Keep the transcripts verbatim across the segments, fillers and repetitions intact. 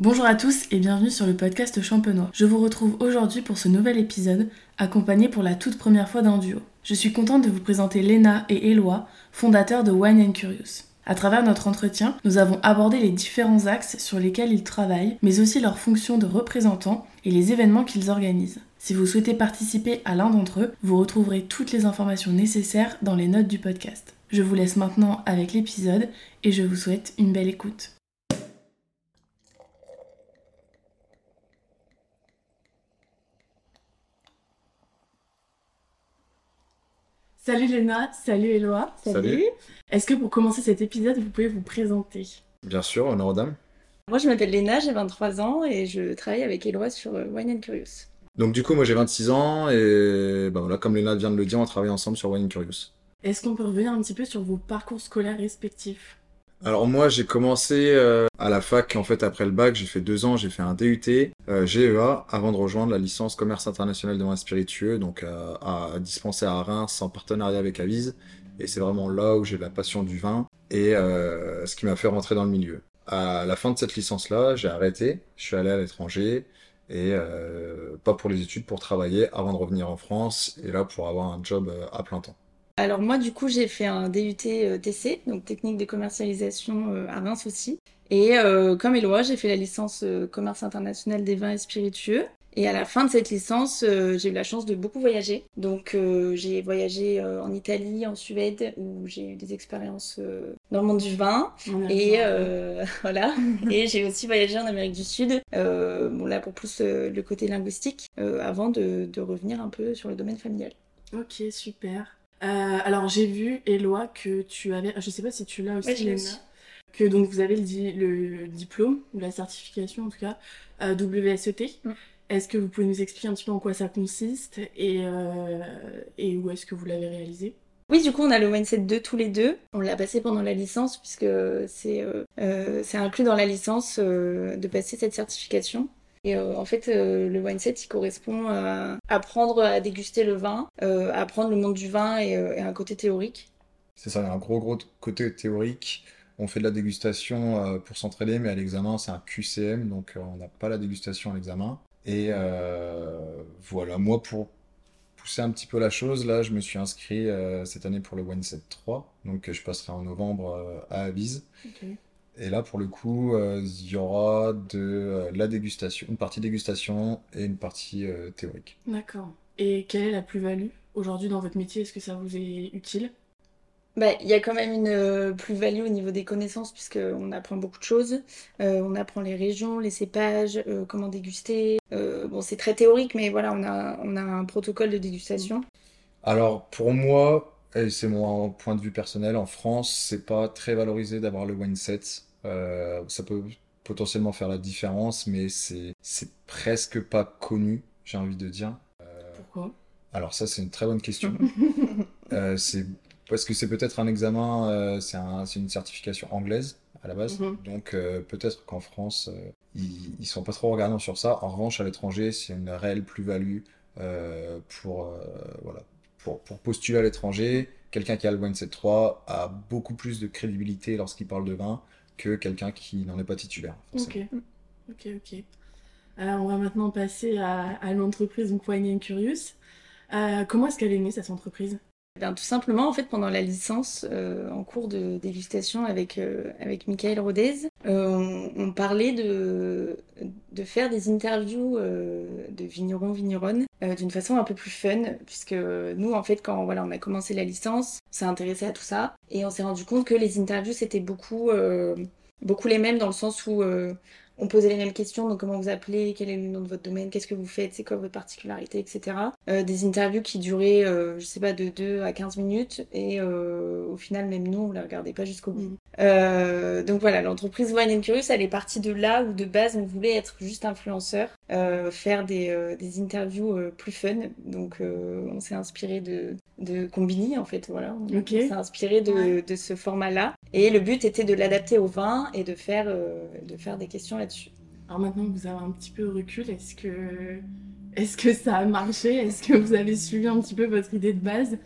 Bonjour à tous et bienvenue sur le podcast Champenois. Je vous retrouve aujourd'hui pour ce nouvel épisode, accompagné pour la toute première fois d'un duo. Je suis contente de vous présenter Léna et Éloi, fondateurs de Wine and Curious. À travers notre entretien, nous avons abordé les différents axes sur lesquels ils travaillent, mais aussi leurs fonctions de représentants et les événements qu'ils organisent. Si vous souhaitez participer à l'un d'entre eux, vous retrouverez toutes les informations nécessaires dans les notes du podcast. Je vous laisse maintenant avec l'épisode et je vous souhaite une belle écoute. Salut Léna, salut Éloi. Salut. Salut. Est-ce que pour commencer cet épisode, vous pouvez vous présenter ? Bien sûr, honneur aux dames. Moi je m'appelle Léna, j'ai vingt-trois ans et je travaille avec Éloi sur Wine and Curious. Donc du coup, moi j'ai vingt-six ans et bah, voilà, comme Léna vient de le dire, on travaille ensemble sur Wine and Curious. Est-ce qu'on peut revenir un petit peu sur vos parcours scolaires respectifs ? Alors moi j'ai commencé euh, à la fac, en fait après le bac, j'ai fait deux ans, j'ai fait un D U T, euh, G E A, avant de rejoindre la licence commerce international de vins spiritueux, donc euh, à dispenser à Reims en partenariat avec Avise. Et c'est vraiment là où j'ai la passion du vin et euh, ce qui m'a fait rentrer dans le milieu. À la fin de cette licence-là, j'ai arrêté, je suis allé à l'étranger et euh, pas pour les études, pour travailler avant de revenir en France et là pour avoir un job euh, à plein temps. Alors moi du coup j'ai fait un D U T T C, donc technique de commercialisation à Reims aussi. Et euh, comme Éloi, j'ai fait la licence euh, commerce international des vins et spiritueux. Et à la fin de cette licence, euh, j'ai eu la chance de beaucoup voyager. Donc euh, j'ai voyagé euh, en Italie, en Suède, où j'ai eu des expériences euh, dans le monde du vin. Et euh, voilà. Et j'ai aussi voyagé en Amérique du Sud, euh, bon là pour plus euh, le côté linguistique, euh, avant de, de revenir un peu sur le domaine familial. Ok, super. Euh, alors j'ai vu, Éloi, que tu avais, je sais pas si tu l'as aussi, ouais, Léna, aussi. Que donc vous avez le, di- le diplôme, ou la certification en tout cas, euh, W S E T. Mm. Est-ce que vous pouvez nous expliquer un petit peu en quoi ça consiste et, euh, et où est-ce que vous l'avez réalisé ? Oui, du coup, on a le Mindset deux tous les deux. On l'a passé pendant la licence puisque c'est, euh, euh, c'est inclus dans la licence euh, de passer cette certification. Et euh, en fait, euh, le mindset, il correspond à apprendre à déguster le vin, euh, à apprendre le monde du vin et, euh, et un côté théorique. C'est ça, il y a un gros gros côté théorique. On fait de la dégustation euh, pour s'entraîner, mais à l'examen, c'est un Q C M, donc euh, on n'a pas la dégustation à l'examen. Et euh, voilà, moi, pour pousser un petit peu la chose, là, je me suis inscrit euh, cette année pour le Mindset trois, donc je passerai en novembre euh, à Avise. Okay. Et là, pour le coup, il euh, y aura de euh, la dégustation, une partie dégustation et une partie euh, théorique. D'accord. Et quelle est la plus-value aujourd'hui dans votre métier ? Est-ce que ça vous est utile ? Bah, il y a quand même une euh, plus-value au niveau des connaissances puisqu'on apprend beaucoup de choses. Euh, on apprend les régions, les cépages, euh, comment déguster. Euh, bon, c'est très théorique, mais voilà, on a, on a un protocole de dégustation. Alors, pour moi, et c'est mon point de vue personnel, en France, c'est pas très valorisé d'avoir le mindset. Euh, ça peut potentiellement faire la différence, mais c'est, c'est presque pas connu, j'ai envie de dire. Euh, Pourquoi ? Alors ça, c'est une très bonne question. euh, c'est parce que c'est peut-être un examen, euh, c'est, un, c'est une certification anglaise à la base, mm-hmm. donc euh, peut-être qu'en France, euh, ils, ils sont pas trop regardants sur ça. En revanche, à l'étranger, c'est une réelle plus-value euh, pour, euh, voilà, pour, pour postuler à l'étranger. Quelqu'un qui a le Mindset trois a beaucoup plus de crédibilité lorsqu'il parle de vin que quelqu'un qui n'en est pas titulaire. Ok, ok, ok. Alors, on va maintenant passer à, à l'entreprise donc Wine and Curious. Euh, comment est-ce qu'elle est née, cette entreprise ? Ben, tout simplement, en fait, pendant la licence, euh, en cours de dégustation avec, euh, avec Michael Rodez, euh, on, on parlait de, de faire des interviews euh, de vignerons, vigneronnes, euh, d'une façon un peu plus fun, puisque nous, en fait, quand voilà, on a commencé la licence, on s'est intéressé à tout ça, et on s'est rendu compte que les interviews, c'était beaucoup, euh, beaucoup les mêmes, dans le sens où euh, on posait les mêmes questions, donc comment vous appelez, quel est le nom de votre domaine, qu'est-ce que vous faites, c'est quoi votre particularité, et cetera. Euh, des interviews qui duraient, euh, je sais pas, de deux à quinze minutes, et euh, au final, même nous, on les regardait pas jusqu'au bout. Mmh. Euh, donc voilà, l'entreprise Wine and Curious, elle est partie de là où de base, on voulait être juste influenceur, euh, faire des, euh, des interviews euh, plus fun. Donc euh, on s'est inspiré de, de Combini, en fait, voilà. On, okay. on s'est inspiré de, ouais. de ce format-là. Et le but était de l'adapter au vin et de faire, euh, de faire des questions là-dessus. Alors maintenant que vous avez un petit peu de recul, est-ce que, est-ce que ça a marché ? Est-ce que vous avez suivi un petit peu votre idée de base ?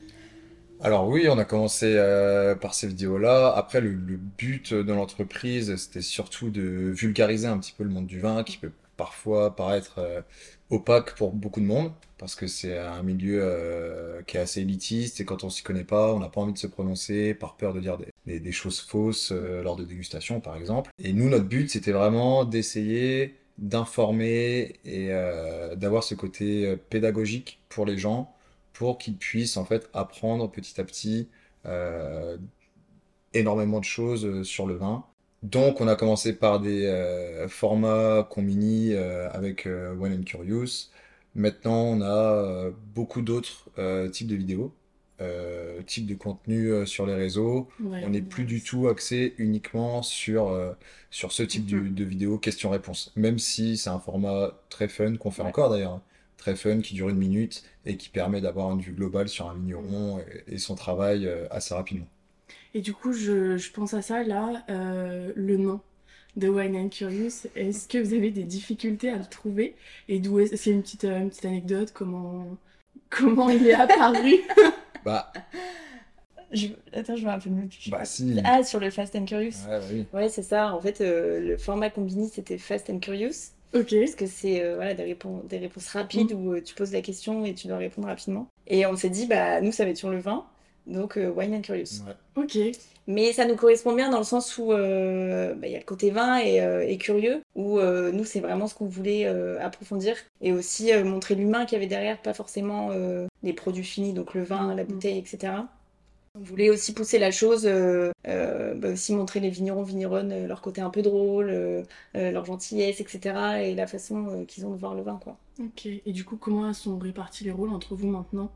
Alors oui, on a commencé euh, par ces vidéos-là. Après, le, le but de l'entreprise, c'était surtout de vulgariser un petit peu le monde du vin, qui peut parfois paraître euh, opaque pour beaucoup de monde, parce que c'est un milieu euh, qui est assez élitiste, et quand on s'y connaît pas, on n'a pas envie de se prononcer, par peur de dire des, des- des choses fausses euh, lors de dégustation, par exemple. Et nous, notre but, c'était vraiment d'essayer d'informer et euh, d'avoir ce côté euh, pédagogique pour les gens pour qu'ils puissent en fait apprendre petit à petit euh, énormément de choses euh, sur le vin. Donc on a commencé par des euh, formats Conmini euh, avec euh, Wine and Curious. Maintenant on a euh, beaucoup d'autres euh, types de vidéos, euh, types de contenus euh, sur les réseaux. Ouais, On on n'est voit plus du aussi. tout axé uniquement sur, euh, sur ce type Mhm. du- de vidéo questions-réponses. Même si c'est un format très fun, qu'on fait Ouais. encore d'ailleurs, hein, très fun, qui dure une minute et qui permet d'avoir une vue globale sur un Mm. vigneron et, et son travail euh, assez rapidement. Et du coup, je, je pense à ça là, euh, le nom de Wine and Curious. Est-ce que vous avez des difficultés à le trouver? Et d'où est-ce c'est une petite, euh, une petite anecdote, comment, comment il est apparu? Bah, Je... Attends, je me rappelle même plus. bah si. Ah, sur le Fast and Curious. Ouais, bah oui. Ouais, c'est ça. En fait, euh, le format Combini, c'était Fast and Curious. Ok. Parce que c'est euh, voilà, des, répons- des réponses rapides Mm. où euh, tu poses la question et tu dois répondre rapidement. Et on s'est dit, bah, nous, ça va être sur le vin. Donc, euh, Wine and Curious. Ouais. Ok. Mais ça nous correspond bien dans le sens où euh, bah, il y a le côté vin et, euh, et curieux, où euh, nous, c'est vraiment ce qu'on voulait euh, approfondir. Et aussi euh, montrer l'humain qu'il y avait derrière, pas forcément euh, les produits finis, donc le vin, la Mm. bouteille, et cetera. On voulait aussi pousser la chose, euh, euh, bah, aussi montrer les vignerons, vigneronnes, euh, leur côté un peu drôle, euh, euh, leur gentillesse, et cetera. Et la façon euh, qu'ils ont de voir le vin, quoi. Ok. Et du coup, comment sont répartis les rôles entre vous maintenant?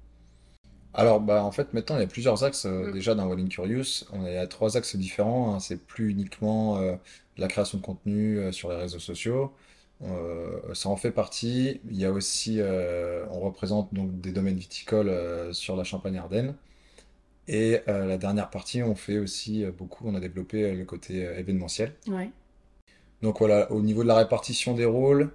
Alors, bah, en fait, maintenant, il y a plusieurs axes. euh, Mm. déjà, dans Well and Curious, on est à trois axes différents, hein. C'est plus uniquement euh, la création de contenu euh, sur les réseaux sociaux. Euh, ça en fait partie. Il y a aussi, euh, on représente donc des domaines viticoles euh, sur la Champagne-Ardenne. Et euh, la dernière partie, on fait aussi euh, beaucoup, on a développé euh, le côté euh, événementiel. Ouais. Donc voilà, au niveau de la répartition des rôles,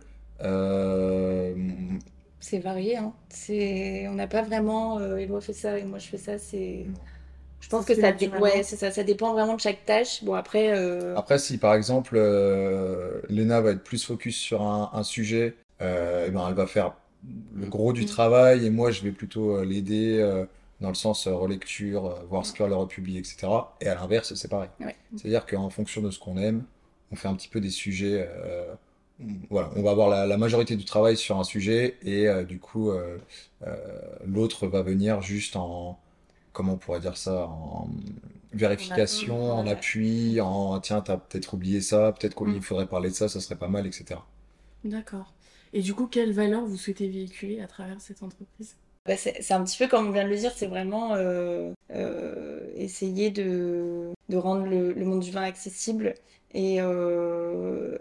euh, C'est varié, hein. C'est... On n'a pas vraiment euh, Éloi fait ça et moi je fais ça. C'est... Je Ça pense se que fait ça, dé- ouais, naturellement. c'est ça, ça dépend vraiment de chaque tâche. Bon, après, euh, après, si par exemple euh, Léna va être plus focus sur un, un sujet, euh, eh ben, elle va faire le gros du Mm. travail et moi je vais plutôt euh, l'aider euh, dans le sens euh, relecture, euh, voir ce qu'elle aura publié, et cetera. Et à l'inverse, c'est pareil. ouais. C'est-à-dire qu'en fonction de ce qu'on aime, on fait un petit peu des sujets. Euh, voilà, on va avoir la, la majorité du travail sur un sujet et euh, du coup euh, euh, l'autre va venir juste en, comment on pourrait dire ça, en On a... Mm. vérification, en Ouais. appui, en tiens, t'as peut-être oublié ça, peut-être Mm. qu'il faudrait parler de ça, ça serait pas mal, et cetera. D'accord. Et du coup, quelles valeurs vous souhaitez véhiculer à travers cette entreprise? Bah, c'est c'est un petit peu comme on vient de le dire, c'est vraiment euh, euh, essayer de, de rendre le, le monde du vin accessible. Et, euh,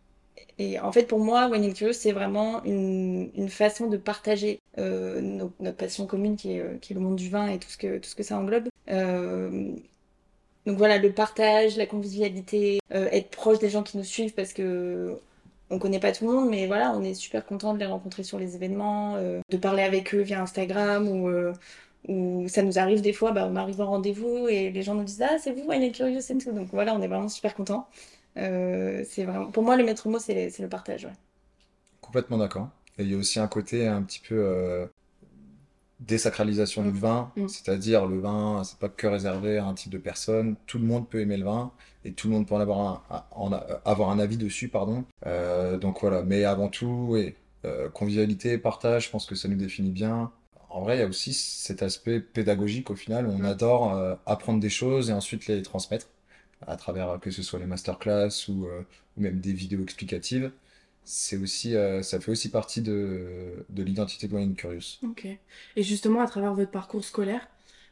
et en fait, pour moi, Wine and Curious, c'est vraiment une, une façon de partager euh, nos- notre passion commune qui est, euh, qui est le monde du vin et tout ce que, tout ce que ça englobe. Euh, donc voilà, le partage, la convivialité, euh, être proche des gens qui nous suivent parce que on connaît pas tout le monde, mais voilà, on est super content de les rencontrer sur les événements, euh, de parler avec eux via Instagram ou, euh, ou ça nous arrive des fois, bah, on arrive en rendez-vous et les gens nous disent ah c'est vous, Wine and Curious et tout. Donc voilà, on est vraiment super content. Euh, c'est vraiment, pour moi le maître mot c'est c'est le partage. Ouais. Complètement d'accord. Et il y a aussi un côté un petit peu euh, désacralisation Mm. du vin, Mm. c'est-à-dire le vin, c'est pas que réservé à un type de personne, tout le monde peut aimer le vin et tout le monde peut en avoir un, en a- avoir un avis dessus, pardon. Euh, donc voilà, mais avant tout, oui, euh, convivialité, partage, je pense que ça nous définit bien. En vrai, il y a aussi cet aspect pédagogique au final, on Mm. adore euh, apprendre des choses et ensuite les transmettre à travers euh, que ce soit les masterclass ou, euh, ou même des vidéos explicatives. C'est aussi, euh, ça fait aussi partie de, de l'identité de Wine Curious. Ok. Et justement, à travers votre parcours scolaire,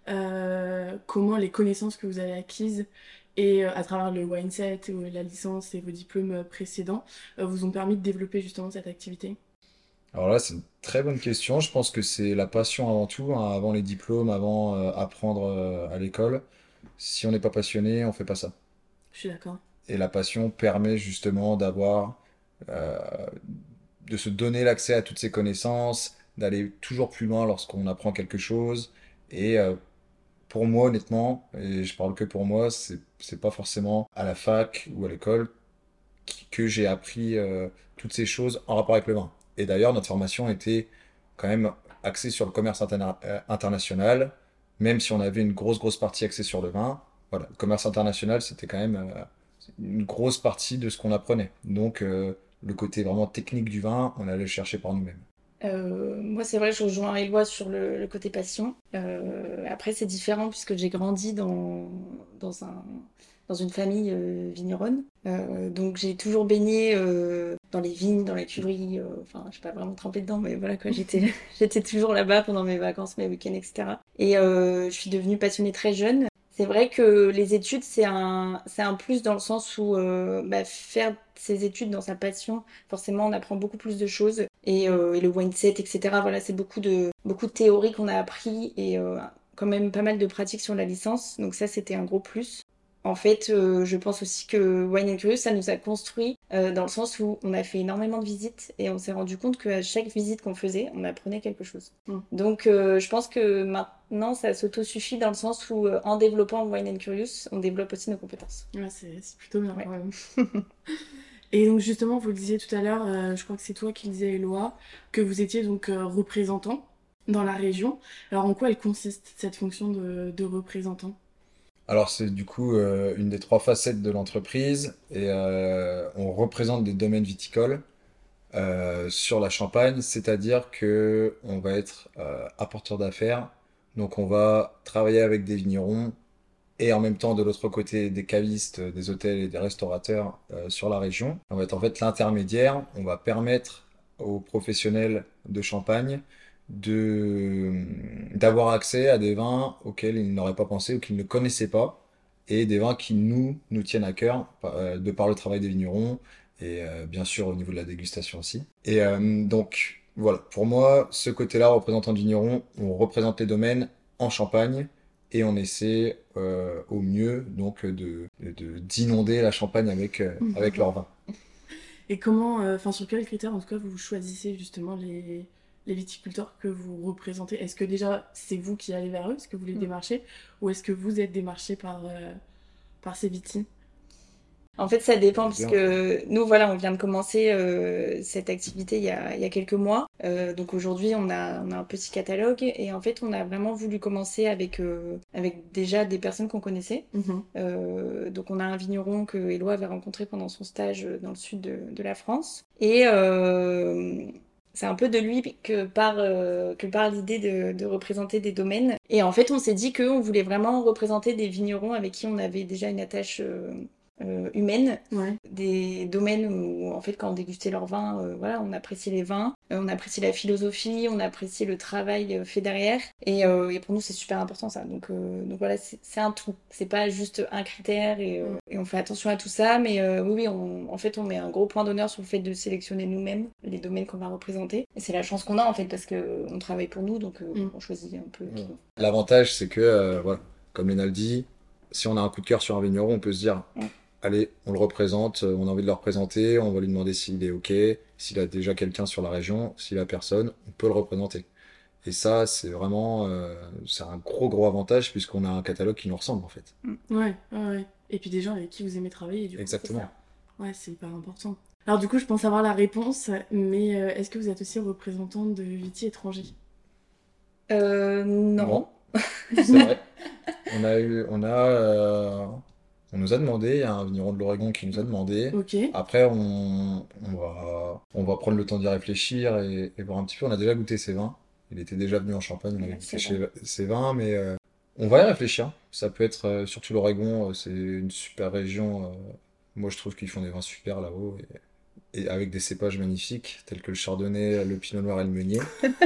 euh, comment les connaissances que vous avez acquises et euh, à travers le wineset ou la licence et vos diplômes euh, précédents euh, vous ont permis de développer justement cette activité? Alors là, c'est une très bonne question. Je pense que c'est la passion avant tout, hein, avant les diplômes, avant euh, apprendre euh, à l'école. Si on n'est pas passionné, on fait pas ça. Je suis d'accord. Et la passion permet justement d'avoir, euh, de se donner l'accès à toutes ces connaissances, d'aller toujours plus loin lorsqu'on apprend quelque chose. Et euh, pour moi, honnêtement, et je parle que pour moi, c'est, c'est pas forcément à la fac ou à l'école qui- que j'ai appris euh, toutes ces choses en rapport avec le vin. Et d'ailleurs, notre formation était quand même axée sur le commerce interna- euh, international, même si on avait une grosse, grosse partie axée sur le vin. Voilà, le commerce international, c'était quand même euh, une grosse partie de ce qu'on apprenait. Donc, euh, le côté vraiment technique du vin, on allait le chercher par nous-mêmes. Euh, moi, c'est vrai, je rejoins Éloi sur le, le côté passion. Euh, après, c'est différent puisque j'ai grandi dans, dans un, dans une famille euh, vigneronne. Euh, donc, j'ai toujours baigné euh, dans les vignes, dans les cuveries. euh, Enfin, je suis pas vraiment trempée dedans, mais voilà quoi, j'étais, j'étais toujours là-bas pendant mes vacances, mes week-ends, et cetera. Et euh, je suis devenue passionnée très jeune. C'est vrai que les études, c'est un, c'est un plus dans le sens où euh, bah, faire ses études dans sa passion, forcément, on apprend beaucoup plus de choses. Et, euh, et le mindset, et cetera. Voilà, c'est beaucoup de, beaucoup de théories qu'on a appris et euh, quand même pas mal de pratiques sur la licence. Donc ça, c'était un gros plus. En fait, euh, je pense aussi que Wine and Curious, ça nous a construit euh, dans le sens où on a fait énormément de visites et on s'est rendu compte qu'à chaque visite qu'on faisait, on apprenait quelque chose. Mm. Donc euh, je pense que maintenant, ça s'auto-suffit dans le sens où euh, en développant Wine and Curious, on développe aussi nos compétences. Ouais, c'est, c'est plutôt bien Ouais. quand même. Et donc justement, vous le disiez tout à l'heure, euh, je crois que c'est toi qui le disais, Éloi, que vous étiez donc euh, représentant dans la région. Alors en quoi elle consiste cette fonction de, de représentant? Alors, c'est du coup euh, une des trois facettes de l'entreprise et euh, on représente des domaines viticoles euh, sur la Champagne, c'est-à-dire que on va être euh, apporteur d'affaires, donc on va travailler avec des vignerons et en même temps de l'autre côté des cavistes, des hôtels et des restaurateurs euh, sur la région. On va être en fait l'intermédiaire, on va permettre aux professionnels de Champagne de d'avoir accès à des vins auxquels ils n'auraient pas pensé ou qu'ils ne connaissaient pas et des vins qui nous nous tiennent à cœur euh, de par le travail des vignerons et euh, bien sûr au niveau de la dégustation aussi. Et euh, donc voilà, pour moi, ce côté-là, représentant du vigneron, on représente les domaines en Champagne et on essaie euh, au mieux donc de de- d'inonder la Champagne avec euh, avec leur vin. Et comment, euh, enfin sur quels critères en tout cas vous choisissez justement les, les viticulteurs que vous représentez? Est-ce que déjà c'est vous qui allez vers eux, est-ce que vous les Mm. démarchez, ou est-ce que vous êtes démarché par, euh, par ces vitis? En fait, ça dépend Les parce deux, en fait. que nous, voilà, on vient de commencer euh, cette activité il y a, il y a quelques mois. Euh, donc aujourd'hui, on a, on a un petit catalogue et en fait, on a vraiment voulu commencer avec, euh, avec déjà des personnes qu'on connaissait. Mhm. Euh, donc on a un vigneron que Éloi avait rencontré pendant son stage dans le sud de, de la France. Et euh, c'est un peu de lui que part, euh, que part l'idée de, de représenter des domaines. Et en fait, on s'est dit qu'on voulait vraiment représenter des vignerons avec qui on avait déjà une attache euh, euh, humaine, Ouais. des domaines où en fait quand on dégustait leurs vins, euh, voilà, on appréciait les vins, euh, on appréciait la philosophie, on appréciait le travail euh, fait derrière, et, euh, et pour nous c'est super important ça. Donc, euh, donc voilà, c'est c'est un tout, c'est pas juste un critère et, euh, et on fait attention à tout ça, mais euh, oui oui, on, en fait on met un gros point d'honneur sur le fait de sélectionner nous-mêmes les domaines qu'on va représenter. Et c'est la chance qu'on a en fait parce que on travaille pour nous, donc euh, Mm. on choisit un peu qui. L'avantage, c'est que, euh, voilà, comme Léna le dit, si on a un coup de cœur sur un vigneron, on peut se dire, Mm. allez, on le représente, euh, on a envie de le représenter, on va lui demander s'il est OK, s'il a déjà quelqu'un sur la région, s'il a personne, on peut le représenter. Et ça, c'est vraiment, euh, c'est un gros, gros avantage puisqu'on a un catalogue qui nous ressemble, en fait. Ouais, ouais, ouais. Et puis des gens avec qui vous aimez travailler, du coup. Exactement. C'est ça. Ouais, c'est hyper important. Alors du coup, je pense avoir la réponse, mais euh, est-ce que vous êtes aussi représentant de Viti étrangers? Euh, non. Non, c'est vrai. On a eu, on a, euh, on nous a demandé, il y a un vigneron de l'Oregon qui nous a demandé. Ok. Après, on, on va, on va prendre le temps d'y réfléchir et, et voir un petit peu. On a déjà goûté ses vins. Il était déjà venu en Champagne, on avait Ouais, goûté c'est chez- vrai. ses vins, mais euh, on va y réfléchir. Ça peut être, euh, surtout l'Oregon, euh, c'est une super région. euh, moi, je trouve qu'ils font des vins super là-haut et, et avec des cépages magnifiques, tels que le Chardonnay, le Pinot Noir et le Meunier.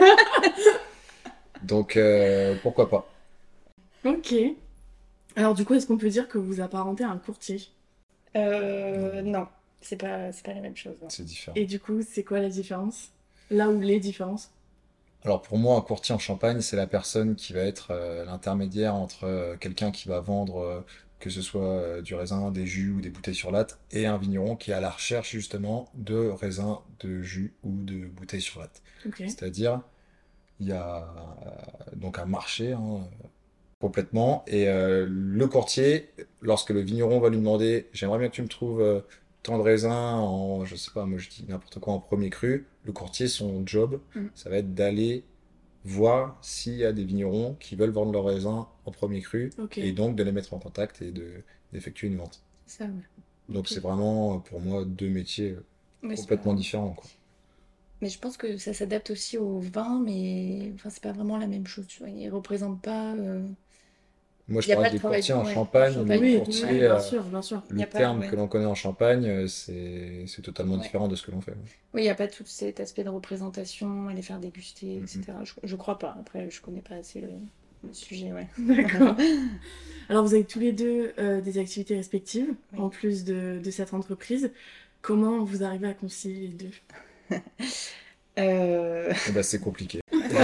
Donc, euh, pourquoi pas? Ok. Alors du coup, est-ce qu'on peut dire que vous vous apparentez à un courtier? Euh, non, c'est pas, c'est pas la même chose. Non. C'est différent. Et du coup, c'est quoi la différence? Là où les différences? Alors pour moi, un courtier en Champagne, c'est la personne qui va être euh, l'intermédiaire entre euh, quelqu'un qui va vendre, euh, que ce soit euh, du raisin, des jus ou des bouteilles sur latte, et un vigneron qui est à la recherche justement de raisins, de jus ou de bouteilles sur latte. Ok. C'est-à-dire, il y a euh, donc un marché, hein, complètement. Et euh, le courtier, lorsque le vigneron va lui demander, j'aimerais bien que tu me trouves euh, tant de raisins en, je sais pas, moi je dis n'importe quoi en premier cru, le courtier, son job, Mm. ça va être d'aller voir s'il y a des vignerons qui veulent vendre leurs raisins en premier cru Ok. et donc de les mettre en contact et de d'effectuer une vente. C'est ça, ouais. Donc Ok. c'est vraiment euh, pour moi deux métiers euh, Mais c'est complètement pas- différents, quoi. Mais je pense que ça s'adapte aussi au vin, mais enfin, c'est pas vraiment la même chose, tu vois. Ils représentent pas. euh, Moi Il je n'y a parlais pas de des travail. courtiers en Ouais, en Champagne, mais Champagne, le Oui, ouais. oui, courtier, bien euh, sûr, bien sûr. Il n'y le a pas. terme Ouais. que l'on connaît en Champagne, euh, c'est c'est totalement Ouais. différent de ce que l'on fait. Oui, il n'y a pas tout cet aspect de représentation, aller faire déguster, Mhm. et cetera. Je, je crois pas. Après, je connais pas assez le, le sujet, ouais. D'accord. Alors, vous avez tous les deux euh, des activités respectives, Oui. en plus de, de cette entreprise. Comment vous arrivez à concilier les deux? Euh, Et ben c'est compliqué.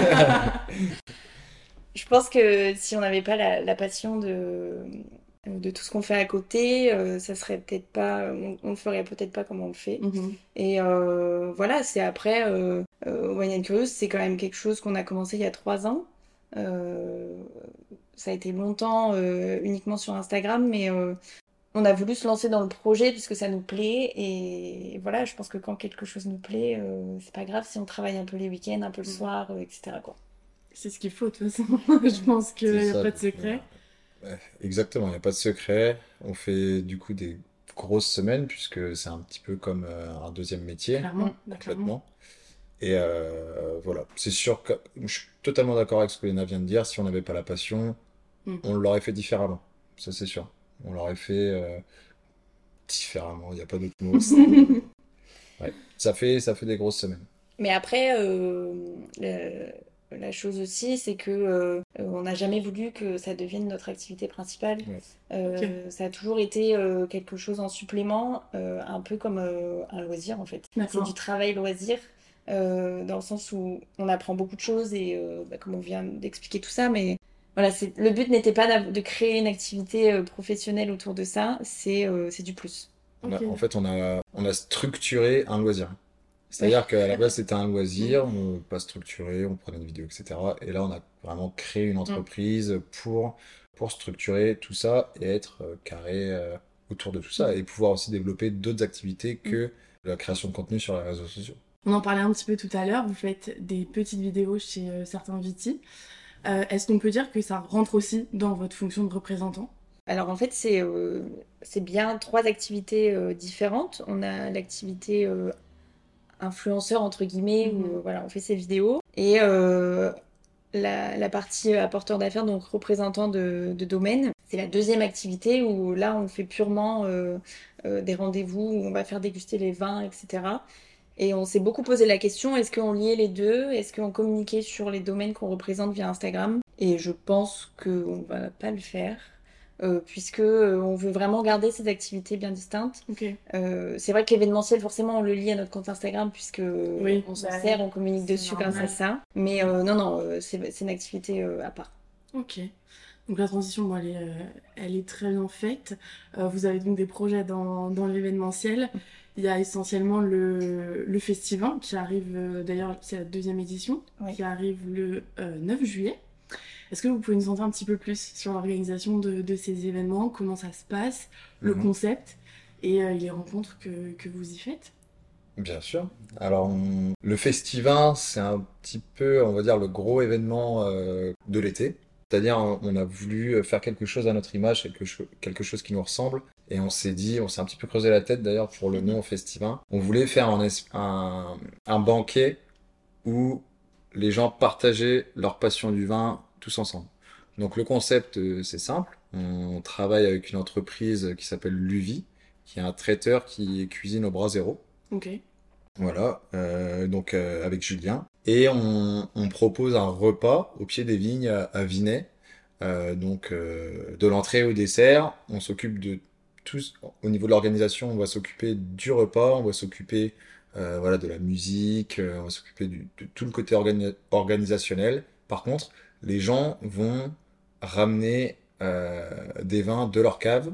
Je pense que si on n'avait pas la, la passion de, de tout ce qu'on fait à côté, euh, ça serait peut-être pas, on, on le ferait peut-être pas comme on le fait. Mhm. Et euh, voilà, c'est après, euh, euh, Wine and Curious, c'est quand même quelque chose qu'on a commencé il y a trois ans. Euh, ça a été longtemps euh, uniquement sur Instagram, mais euh, on a voulu se lancer dans le projet puisque ça nous plaît. Et voilà, je pense que quand quelque chose nous plaît, euh, c'est pas grave si on travaille un peu les week-ends, un peu le Mhm. soir, euh, et cetera quoi. C'est ce qu'il faut, de toute façon. Je pense qu'il C'est n'y a ça. pas de secret. Ouais, exactement, il n'y a pas de secret. On fait du coup des grosses semaines puisque c'est un petit peu comme euh, un deuxième métier, Clairement, Mm. bah, clairement. complètement. Et euh, voilà, c'est sûr que je suis totalement d'accord avec ce que Léna vient de dire. Si on n'avait pas la passion, Mm. on l'aurait fait différemment. Ça, c'est sûr. On l'aurait fait euh, différemment. Il n'y a pas d'autre mot. c'est- Ouais. Ça fait, ça fait des grosses semaines. Mais après, euh, le- la chose aussi, c'est que euh, on n'a jamais voulu que ça devienne notre activité principale. Ouais. Euh, Ça a toujours été euh, quelque chose en supplément, euh, un peu comme euh, un loisir en fait. C'est D'accord. du travail loisir, euh, dans le sens où on apprend beaucoup de choses et euh, bah, comme on vient d'expliquer tout ça, mais voilà, c'est, le but n'était pas d'av- de créer une activité euh, professionnelle autour de ça, c'est euh, c'est du plus. On a- Ok. en fait, on a, on a structuré un loisir. Oui. C'est-à-dire qu'à la base, c'était un loisir, on, pas structuré, on prenait une vidéo, et cetera. Et là, on a vraiment créé une entreprise pour, pour structurer tout ça et être euh, carré euh, autour de tout ça et pouvoir aussi développer d'autres activités que la création de contenu sur les réseaux sociaux. On en parlait un petit peu tout à l'heure, vous faites des petites vidéos chez euh, certains Viti. Euh, est-ce qu'on peut dire que ça rentre aussi dans votre fonction de représentant? Alors en fait, c'est euh, c'est bien trois activités euh, différentes. On a l'activité euh, influenceur, entre guillemets, où Mhm. euh, voilà, on fait ses vidéos. Et euh, la, la partie apporteur d'affaires, donc représentant de, de domaine, c'est la deuxième activité où là, on fait purement euh, euh, des rendez-vous où on va faire déguster les vins, et cetera. Et on s'est beaucoup posé la question, est-ce qu'on liait les deux? Est-ce qu'on communiquait sur les domaines qu'on représente via Instagram? Et je pense qu'on va pas le faire, euh, puisque euh, on veut vraiment garder ces activités bien distinctes. Ok. Euh, c'est vrai que l'événementiel, forcément, on le lie à notre compte Instagram, puisque Oui, on s'en bah, sert, on communique c'est dessus grâce à normal. ça. Mais euh, non, non, euh, c'est c'est une activité euh, à part. Ok. Donc la transition, bon, elle est, euh, elle est très bien faite. Euh, vous avez donc des projets dans, dans l'événementiel. Il y a essentiellement le, le festival qui arrive, euh, d'ailleurs c'est la deuxième édition, Oui. qui arrive le euh, neuf juillet. Est-ce que vous pouvez nous en dire un petit peu plus sur l'organisation de, de ces événements, comment ça se passe, le Mhm. concept et euh, les rencontres que, que vous y faites? Bien sûr. Alors, on- le Festivin, c'est un petit peu, on va dire, le gros événement euh, de l'été. C'est-à-dire, on on a voulu faire quelque chose à notre image, quelque, cho- quelque chose qui nous ressemble. Et on s'est dit, on s'est un petit peu creusé la tête d'ailleurs pour le nom Festivin. On voulait faire un, es- un, un banquet où les gens partageaient leur passion du vin tous ensemble. Donc le concept, euh, c'est simple. On travaille avec une entreprise qui s'appelle Luvi, qui est un traiteur qui cuisine au bras zéro. Ok. Voilà, euh, donc euh, avec Julien. Et on, on propose un repas au pied des vignes à, à Vinay. Euh, donc euh, de l'entrée au dessert, on s'occupe de tout. Au niveau de l'organisation, on va s'occuper du repas, on va s'occuper euh, voilà, de la musique, euh, on va s'occuper du- de tout le côté organi- organisationnel. Par contre, les gens vont ramener euh, des vins de leur cave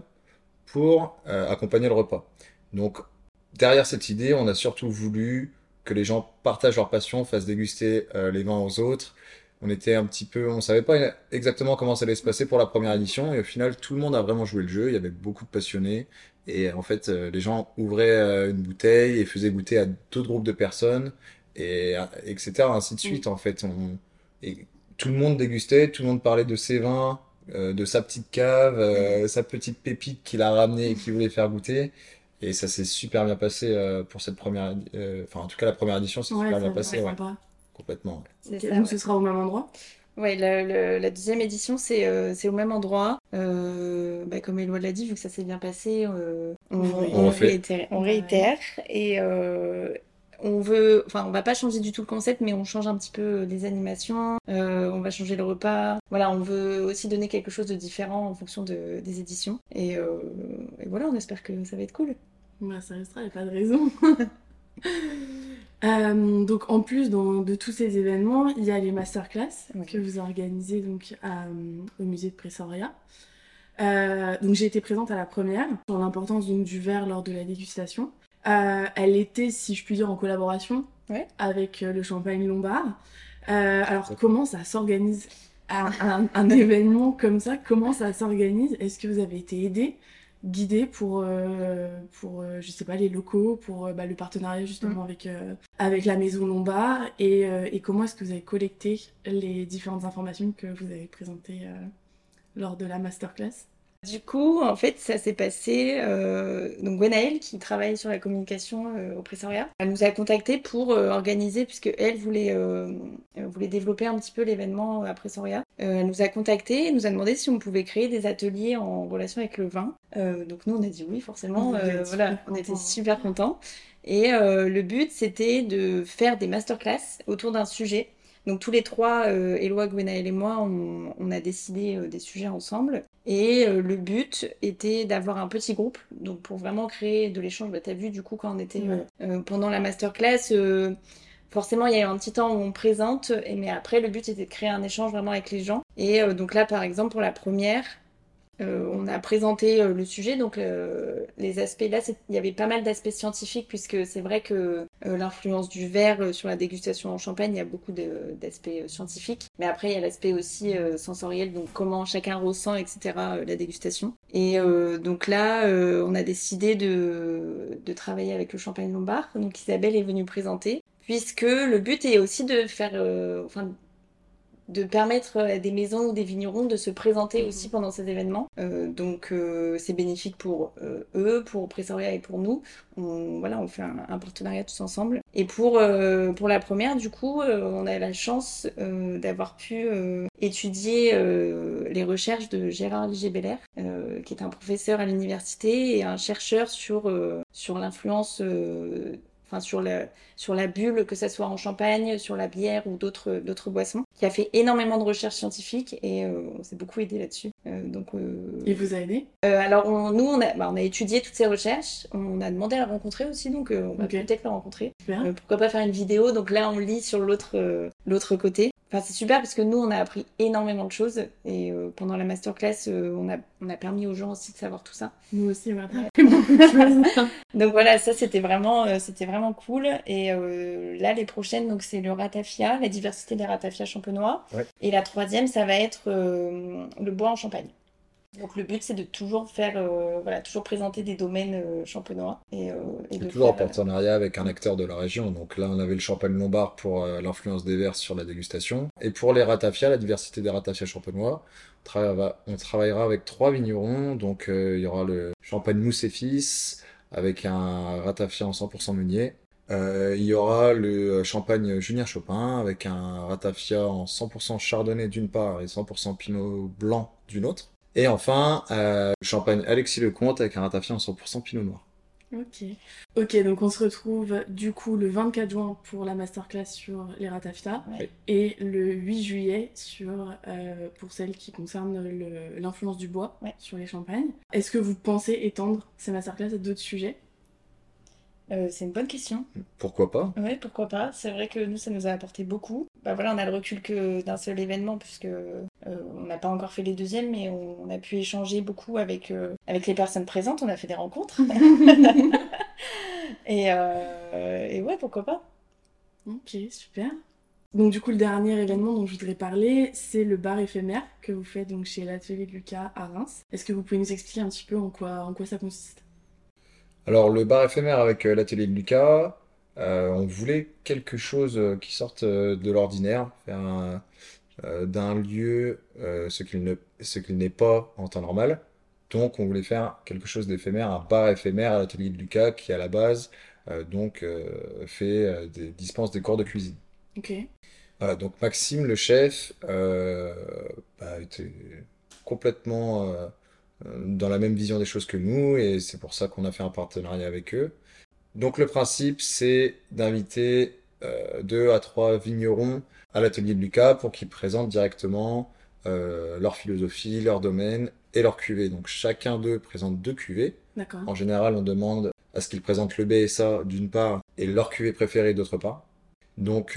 pour euh, accompagner le repas. Donc, derrière cette idée, on a surtout voulu que les gens partagent leur passion, fassent déguster euh, les vins aux autres, On était un petit peu, on savait pas exactement comment ça allait se passer pour la première édition, et au final, tout le monde a vraiment joué le jeu. Il y avait beaucoup de passionnés, et en fait, euh, les gens ouvraient euh, une bouteille et faisaient goûter à d'autres groupes de personnes, et euh, etc. Ainsi de suite. En fait, on, et tout le monde dégustait, tout le monde parlait de ses vins, euh, de sa petite cave, euh, sa petite pépite qu'il a ramenée et qu'il voulait faire goûter. Et ça s'est super bien passé euh, pour cette première, euh, enfin en tout cas la première édition s'est Ouais, super ça bien va, passé, c'est ouais, sympa. complètement. C'est Ok, ça, donc ouais. ce sera au même endroit? Ouais, la, la- la deuxième édition, c'est euh, c'est au même endroit. Euh, bah, comme Éloi l'a dit, vu que ça s'est bien passé, euh, on, Vous on On refait. réitère, on Ouais. réitère et euh, on veut, enfin, on va pas changer du tout le concept, mais on change un petit peu les animations. Euh, on va changer le repas. Voilà, on veut aussi donner quelque chose de différent en fonction de, des éditions. Et, euh, et voilà, on espère que ça va être cool. Bah, ça restera, il n'y a pas de raison. Euh, donc en plus dans- de tous ces événements, il y a les masterclass Ouais. que vous organisez donc à, euh, au musée de Pressoria. Euh, donc j'ai été présente à la première sur l'importance donc, du verre lors de la dégustation. Euh, elle était, si je puis dire, en collaboration Ouais. avec euh, le Champagne Lombard. Euh, alors comment ça s'organise un, un- un événement comme ça? Comment ça s'organise? Est-ce que vous avez été aidé, guidé pour, euh, pour euh, je sais pas, les locaux, pour euh, bah, le partenariat justement avec, euh, avec la Maison Lombard et, euh, et comment est-ce que vous avez collecté les différentes informations que vous avez présentées euh, lors de la masterclass? Du coup, en fait, ça s'est passé. Euh, donc, Gwenaëlle, qui travaille sur la communication euh, au Pressoria, elle nous a contactés pour euh, organiser, puisque elle voulait, euh, euh, voulait développer un petit peu l'événement à Pressoria. Euh, elle nous a contactés et nous a demandé si on pouvait créer des ateliers en relation avec le vin. Euh, donc, nous, on a dit oui, forcément. Vous devez Euh, être voilà, super on était contents. super contents. Et euh, le but, c'était de faire des masterclass autour d'un sujet. Donc tous les trois, euh, Éloi, Gwenaëlle et moi, on, on a décidé euh, des sujets ensemble. Et euh, le but était d'avoir un petit groupe, donc pour vraiment créer de l'échange. Bah, t'as vu du coup quand on était euh, Ouais. euh, pendant la masterclass, euh, forcément il y a eu un petit temps où on présente, et, mais après le but était de créer un échange vraiment avec les gens. Et euh, donc là par exemple pour la première, euh, on a présenté euh, le sujet, donc euh, les aspects, là c'est- il y avait pas mal d'aspects scientifiques, puisque c'est vrai que euh, l'influence du verre euh, sur la dégustation en Champagne, il y a beaucoup de- d'aspects euh, scientifiques, mais après il y a l'aspect aussi euh, sensoriel, donc comment chacun ressent, et cetera, euh, la dégustation. Et euh, donc là, euh, on a décidé de, de travailler avec le Champagne Lombard, donc Isabelle est venue présenter, puisque le but est aussi de faire, euh, enfin, de permettre à des maisons ou des vignerons de se présenter aussi pendant ces événements. Euh, donc euh, c'est bénéfique pour euh, eux, pour Pressoria et pour nous. On, voilà, on fait un, un partenariat tous ensemble. Et pour, euh, pour la première, du coup, euh, on a la chance euh, d'avoir pu euh, étudier euh, les recherches de Gérard Ligier-Belair, euh, qui est un professeur à l'université et un chercheur sur, euh, sur l'influence... Euh, Enfin, sur la, sur la bulle, que ça soit en champagne, sur la bière ou d'autres d'autres boissons, qui a fait énormément de recherches scientifiques et euh, on s'est beaucoup aidé là-dessus. Euh, donc, euh, Il vous a aidé? euh, alors on- nous, on a, bah, on a étudié toutes ces recherches, on a demandé à la rencontrer aussi, donc euh, on va Ok. peut-être la rencontrer. Super. Euh, pourquoi pas faire une vidéo, donc là on lit sur l'autre euh, l'autre côté. Enfin, c'est super parce que nous, on a appris énormément de choses et euh, pendant la masterclass, euh, on, a, on a permis aux gens aussi de savoir tout ça. Nous aussi, on a Ouais. appris beaucoup de choses. Donc voilà, ça c'était vraiment, euh, c'était vraiment cool. Et euh, là, les prochaines, donc c'est le ratafia, la diversité des ratafias champenois. Ouais. Et la troisième, ça va être euh, le bois en Champagne. Donc le but, c'est de toujours faire, euh, voilà, toujours présenter des domaines euh, champenois et, euh, et Et de toujours en faire, euh, partenariat avec un acteur de la région. Donc là, on avait le Champagne Lombard pour euh, l'influence des verts sur la dégustation. Et pour les ratafias, la diversité des ratafias champenois, on, trava- on travaillera avec trois vignerons. Donc euh, il y aura le Champagne Mousse et Fils avec un ratafia en cent pour cent meunier. Euh, il y aura le Champagne Julien Chopin avec un ratafia en cent pour cent chardonnay d'une part et cent pour cent pinot blanc d'une autre. Et enfin, euh, le Champagne Alexis Lecomte avec un ratafia en cent pour cent pinot noir. Ok. Ok, donc on se retrouve du coup le vingt-quatre juin pour la masterclass sur les ratafias Ouais. et le huit juillet sur, euh, pour celle qui concerne le- l'influence du bois Ouais. sur les champagnes. Est-ce que vous pensez étendre ces masterclass à d'autres sujets? euh, c'est une bonne question. Pourquoi pas? Ouais, pourquoi pas. C'est vrai que nous, ça nous a apporté beaucoup. Bah voilà, on a le recul que d'un seul événement, puisque euh, on n'a pas encore fait les deuxièmes, mais on, on a pu échanger beaucoup avec, euh, avec les personnes présentes. On a fait des rencontres. et, euh, et ouais, pourquoi pas. Ok, super. Donc du coup, le dernier événement dont je voudrais parler, c'est le bar éphémère que vous faites donc chez l'atelier de Lucas à Reims. Est-ce que vous pouvez nous expliquer un petit peu en quoi, en quoi ça consiste? Alors, le bar éphémère avec euh, l'atelier de Lucas, euh, on voulait quelque chose euh, qui sorte euh, de l'ordinaire, faire un- euh, d'un lieu euh, ce qu'il ne, ce qu'il n'est pas en temps normal. Donc, on voulait faire quelque chose d'éphémère, un bar éphémère à l'atelier de Lucas qui, à la base, euh, donc, euh, fait euh, des, dispense des cours de cuisine. Ok, Voilà, donc Maxime, le chef, euh, bah, était complètement euh, euh, dans la même vision des choses que nous, et c'est pour ça qu'on a fait un partenariat avec eux. Donc le principe, c'est d'inviter euh, deux à trois vignerons à l'atelier de Lucas pour qu'ils présentent directement euh, leur philosophie, leur domaine et leur cuvée. Donc chacun d'eux présente deux cuvées. d'accord. En général, on demande à ce qu'ils présentent le B S A d'une part et leur cuvée préférée d'autre part. Donc,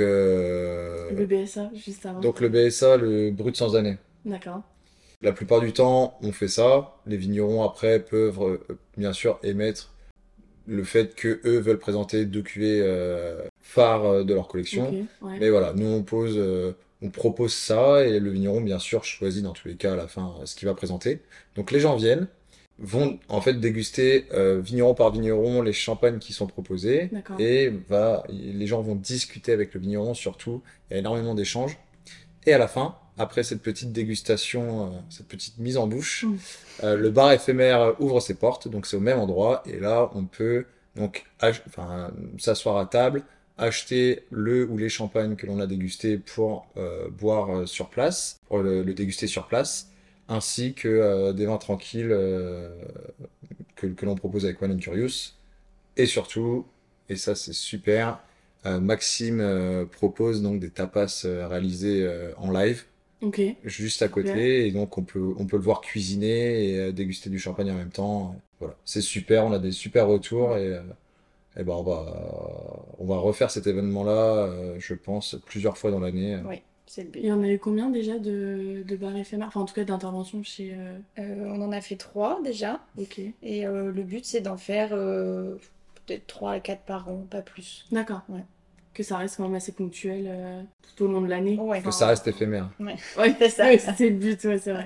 Le euh, B S A, juste avant. donc le B S A, le brut sans année. D'accord. La plupart du temps, on fait ça. Les vignerons après peuvent euh, bien sûr émettre le fait que eux veulent présenter deux cuvées euh, phares euh, de leur Ok, collection. ouais. Mais voilà, nous on pose, euh, on propose ça et le vigneron bien sûr choisit dans tous les cas à la fin euh, ce qu'il va présenter. Donc les gens viennent, vont en fait déguster euh, vigneron par vigneron les champagnes qui sont proposés D'accord. et va, les gens vont discuter avec le vigneron surtout. Il y a énormément d'échanges. Et à la fin, après cette petite dégustation, euh, cette petite mise en bouche, Mm. euh, le bar éphémère ouvre ses portes, donc c'est au même endroit, et là on peut donc ach- enfin, s'asseoir à table, acheter le ou les champagnes que l'on a dégustés pour euh, boire euh, sur place, pour le, le déguster sur place, ainsi que euh, des vins tranquilles euh, que, que l'on propose avec One and Curious. Et surtout, et ça c'est super, euh, Maxime euh, propose donc des tapas euh, réalisés euh, en live Ok, juste à super. côté et donc on peut on peut le voir cuisiner et euh, déguster du champagne en même temps. Voilà, c'est super, on a des super retours et, euh, et ben on va on va refaire cet événement-là, euh, je pense plusieurs fois dans l'année. Oui, c'est le Il but. y en a eu combien déjà de, de bars éphémères? Enfin, en tout cas, d'interventions chez... euh, Euh, on en a fait trois déjà. Ok. Et euh, le but, c'est d'en faire euh, peut-être trois à quatre par an, pas plus. D'accord. Ouais. Que ça reste quand même assez ponctuel euh, tout au long de l'année. Ouais. Que ça reste éphémère. Ouais, Ouais, c'est ça. ouais, c'est le but, ouais, c'est vrai.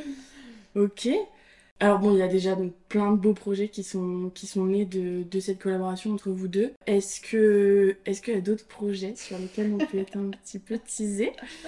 Ok. Alors bon, il y a déjà donc plein de beaux projets qui sont, qui sont nés de, de cette collaboration entre vous deux. Est-ce que, est-ce qu'il y a d'autres projets sur lesquels on peut être un petit peu teasé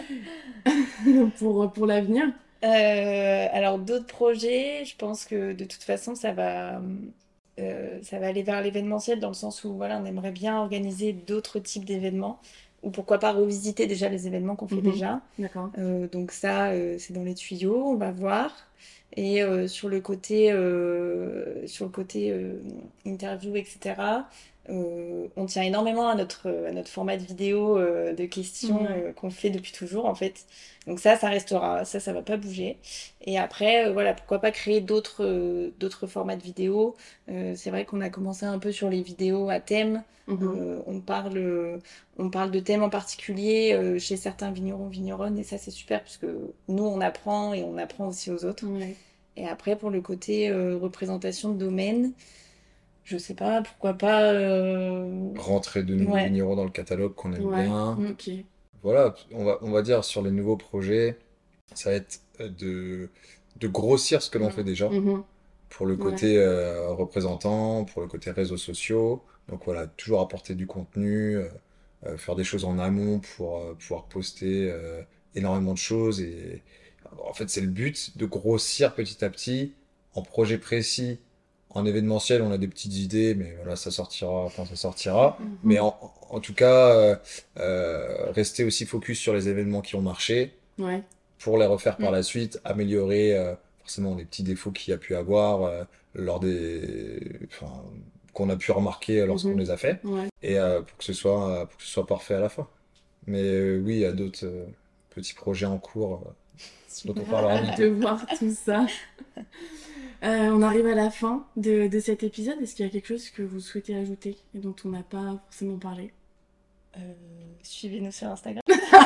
pour, pour l'avenir? Euh, alors d'autres projets, je pense que de toute façon ça va, euh, ça va aller vers l'événementiel dans le sens où voilà, on aimerait bien organiser d'autres types d'événements ou pourquoi pas revisiter déjà les événements qu'on fait Mhm. déjà. D'accord. Euh, donc ça, euh, c'est dans les tuyaux, on va voir. Et euh, sur le côté, euh, sur le côté euh, interview, et cetera, euh, on tient énormément à notre, à notre format de vidéo euh, de questions Ouais. euh, qu'on fait depuis toujours en fait. Donc ça, ça restera, ça, ça va pas bouger. Et après, euh, voilà, pourquoi pas créer d'autres euh, d'autres formats de vidéos. Euh, c'est vrai qu'on a commencé un peu sur les vidéos à thème. Mhm. Euh, on parle, euh, on parle de thèmes en particulier euh, chez certains vignerons, vigneronnes, et ça c'est super parce que nous on apprend et on apprend aussi aux autres. Ouais. Et après pour le côté euh, représentation de domaine, je sais pas, pourquoi pas. euh, Rentrer de nouveaux Ouais. vignerons dans le catalogue qu'on aime Ouais. bien. Mm. Ok. Voilà, on va on va dire sur les nouveaux projets, ça va être euh, de de grossir ce que l'on fait déjà. Mhm. Pour le Ouais. côté euh, représentant, pour le côté réseaux sociaux. Donc voilà, toujours apporter du contenu, euh, euh, faire des choses en amont pour euh, pouvoir poster euh, énormément de choses. Et en fait, c'est le but de grossir petit à petit en projet précis. En événementiel, on a des petites idées, mais voilà, ça sortira quand ça sortira. Mhm. Mais en, en tout cas, euh, euh, rester aussi focus sur les événements qui ont marché Ouais. pour les refaire par Mm. la suite, améliorer euh, forcément les petits défauts qu'il y a pu avoir euh, lors des, enfin, qu'on a pu remarquer lorsqu'on Mhm. les a fait, Ouais. et euh, pour que ce soit, euh, pour que ce soit parfait à la fin. Mais euh, oui, il y a d'autres euh, petits projets en cours euh, dont on Super. parlera Hâte bientôt. de voir tout ça. Euh, on arrive à la fin de, de cet épisode. Est-ce qu'il y a quelque chose que vous souhaitez ajouter et dont on n'a pas forcément parlé? Euh, suivez-nous sur Instagram.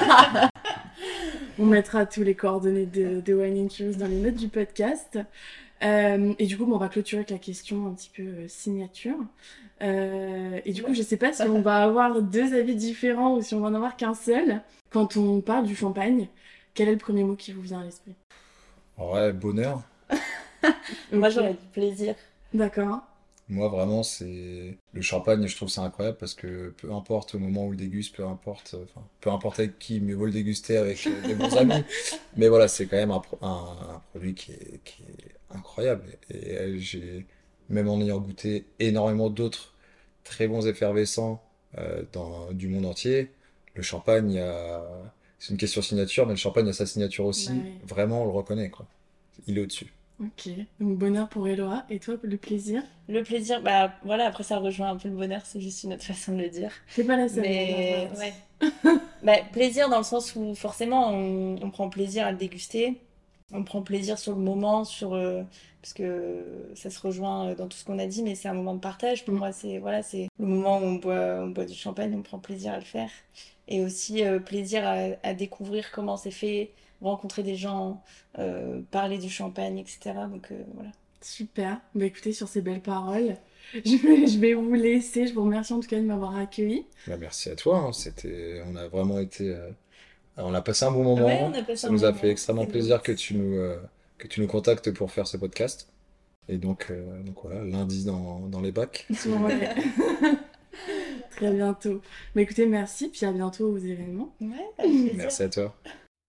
On mettra tous les coordonnées de, de Wine and Curious dans les notes du podcast. Euh, et du coup, bon, on va clôturer avec la question un petit peu euh, signature. Euh, et du coup, je sais pas si on va avoir deux avis différents ou si on va en avoir qu'un seul. Quand on parle du champagne, quel est le premier mot qui vous vient à l'esprit? Ouais, bonheur. Moi, Ok. j'aurais dit plaisir. D'accord. Moi, vraiment, c'est le champagne, je trouve ça incroyable parce que peu importe au moment où on le déguste, peu importe, euh, enfin, peu importe avec qui, mieux vaut le déguster avec euh, des bons amis. Mais voilà, c'est quand même un, pro- un, un produit qui est, qui est incroyable. Et euh, j'ai, même en ayant goûté énormément d'autres très bons effervescents euh, dans, du monde entier, le champagne, il y a... c'est une question signature, mais le champagne a sa signature Bah aussi. oui. Vraiment, on le reconnaît, quoi. Il est au-dessus. Ok. Donc, bonheur pour Eloa. Et toi, le plaisir? Le plaisir, bah voilà, après ça rejoint un peu le bonheur, c'est juste une autre façon de le dire. T'es pas la seule, Mais Léna, ouais. Bah, plaisir dans le sens où forcément on, on prend plaisir à le déguster, on prend plaisir sur le moment, sur euh, parce que ça se rejoint dans tout ce qu'on a dit, mais c'est un moment de partage. Pour Mm. moi, c'est voilà, c'est le moment où on boit, on boit du champagne, on prend plaisir à le faire, et aussi euh, plaisir à, à découvrir comment c'est fait, rencontrer des gens, euh, parler du champagne, et cetera. Donc euh, voilà. Super. Bah écoutez, sur ces belles paroles, je vais, je vais vous laisser. Je vous remercie en tout cas de m'avoir accueilli. Bah, merci à toi, hein. C'était, on a vraiment été, euh, on a passé un bon Ouais, on moment. a passé Ça un nous a bon fait moment, extrêmement c'était beau. plaisir que tu nous, euh, que tu nous contactes pour faire ce podcast. Et donc, euh, donc voilà, lundi dans, dans les bacs. si vous voulez. Ouais. Très bientôt. Bah écoutez, merci, puis à bientôt aux événements. Ouais, avec plaisir. Merci à toi.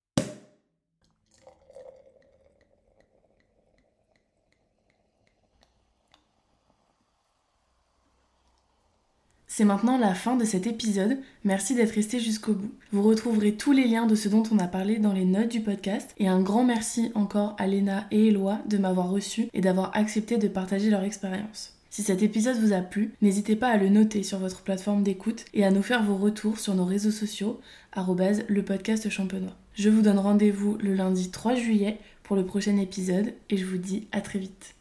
C'est maintenant la fin de cet épisode. Merci d'être resté jusqu'au bout. Vous retrouverez tous les liens de ce dont on a parlé dans les notes du podcast. Et un grand merci encore à Léna et Éloi de m'avoir reçu et d'avoir accepté de partager leur expérience. Si cet épisode vous a plu, n'hésitez pas à le noter sur votre plateforme d'écoute et à nous faire vos retours sur nos réseaux sociaux, arobase le podcast champenois. Je vous donne rendez-vous le lundi trois juillet pour le prochain épisode et je vous dis à très vite.